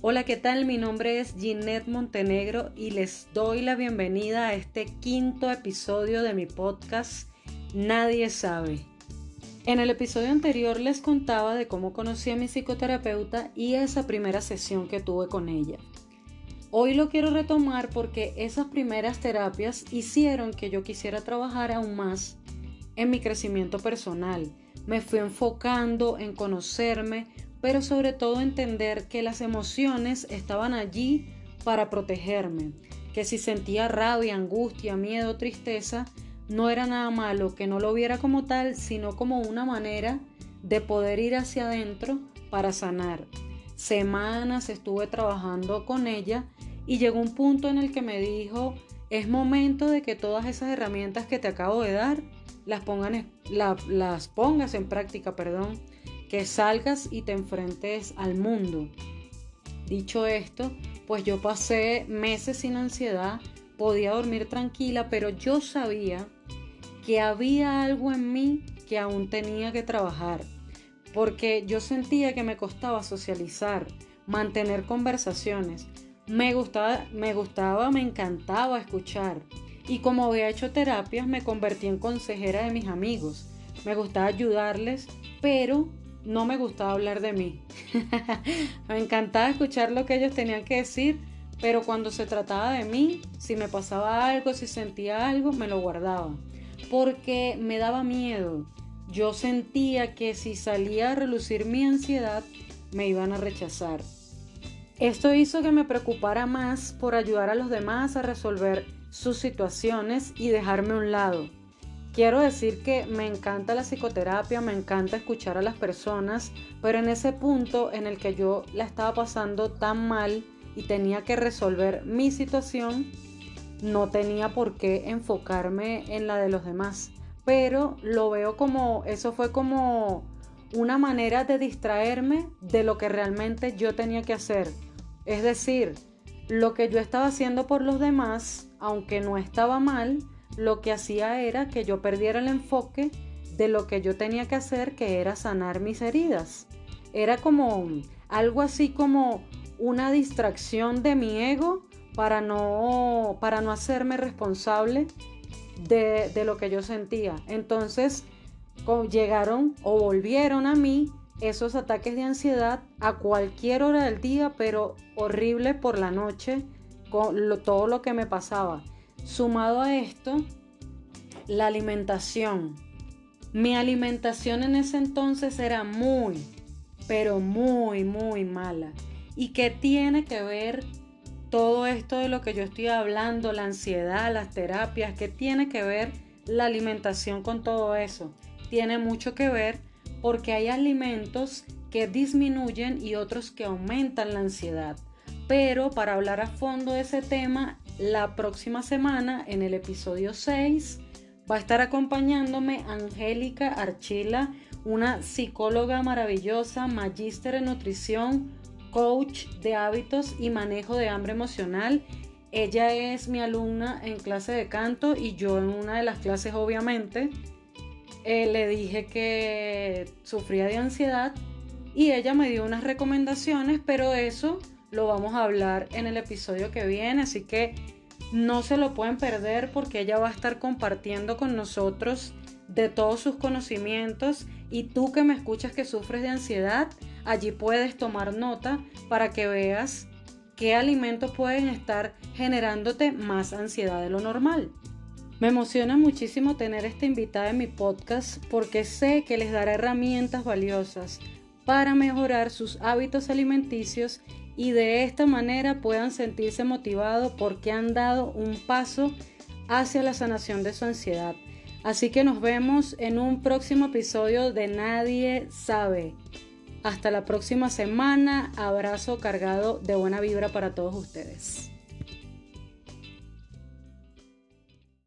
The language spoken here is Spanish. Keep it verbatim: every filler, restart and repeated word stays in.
Hola, ¿qué tal? Mi nombre es Ginette Montenegro y les doy la bienvenida a este quinto episodio de mi podcast Nadie sabe. En el episodio anterior les contaba de cómo conocí a mi psicoterapeuta y esa primera sesión que tuve con ella. Hoy lo quiero retomar porque esas primeras terapias hicieron que yo quisiera trabajar aún más en mi crecimiento personal. Me fui enfocando en conocerme, pero sobre todo entender que las emociones estaban allí para protegerme, que si sentía rabia, angustia, miedo, tristeza, no era nada malo, que no lo viera como tal, sino como una manera de poder ir hacia adentro para sanar. Semanas estuve trabajando con ella y llegó un punto en el que me dijo, es momento de que todas esas herramientas que te acabo de dar, las, pongan, la, las pongas en práctica, perdón, que salgas y te enfrentes al mundo. Dicho esto, pues yo pasé meses sin ansiedad, podía dormir tranquila, pero yo sabía que había algo en mí que aún tenía que trabajar, porque yo sentía que me costaba socializar, mantener conversaciones. Me gustaba, me gustaba, me encantaba escuchar. Y como había hecho terapias, me convertí en consejera de mis amigos. Me gustaba ayudarles, pero no me gustaba hablar de mí. Me encantaba escuchar lo que ellos tenían que decir, pero cuando se trataba de mí, si me pasaba algo, si sentía algo, me lo guardaba, porque me daba miedo. Yo sentía que si salía a relucir mi ansiedad, me iban a rechazar. Esto hizo que me preocupara más por ayudar a los demás a resolver sus situaciones y dejarme a un lado. Quiero decir que me encanta la psicoterapia, me encanta escuchar a las personas, pero en ese punto en el que yo la estaba pasando tan mal y tenía que resolver mi situación, no tenía por qué enfocarme en la de los demás. Pero lo veo como, eso fue como una manera de distraerme de lo que realmente yo tenía que hacer. Es decir, lo que yo estaba haciendo por los demás, aunque no estaba mal, lo que hacía era que yo perdiera el enfoque de lo que yo tenía que hacer, que era sanar mis heridas. Era como algo así como una distracción de mi ego para no, para no hacerme responsable de, de lo que yo sentía. Entonces llegaron o volvieron a mí esos ataques de ansiedad a cualquier hora del día, pero horrible por la noche, con lo, todo lo que me pasaba. Sumado a esto, la alimentación. Mi alimentación en ese entonces era muy, pero muy, muy mala. ¿Y qué tiene que ver todo esto de lo que yo estoy hablando, la ansiedad, las terapias? ¿Qué tiene que ver la alimentación con todo eso? Tiene mucho que ver porque hay alimentos que disminuyen y otros que aumentan la ansiedad. Pero para hablar a fondo de ese tema, la próxima semana, en el episodio seis, va a estar acompañándome Angélica Archila, una psicóloga maravillosa, magíster en nutrición, coach de hábitos y manejo de hambre emocional. Ella es mi alumna en clase de canto y yo en una de las clases, obviamente, eh, le dije que sufría de ansiedad y ella me dio unas recomendaciones, pero eso lo vamos a hablar en el episodio que viene, así que no se lo pueden perder porque ella va a estar compartiendo con nosotros de todos sus conocimientos, y tú que me escuchas que sufres de ansiedad, allí puedes tomar nota para que veas qué alimentos pueden estar generándote más ansiedad de lo normal. Me emociona muchísimo tener esta invitada en mi podcast porque sé que les dará herramientas valiosas para mejorar sus hábitos alimenticios y de esta manera puedan sentirse motivados porque han dado un paso hacia la sanación de su ansiedad. Así que nos vemos en un próximo episodio de Nadie Sabe. Hasta la próxima semana. Abrazo cargado de buena vibra para todos ustedes.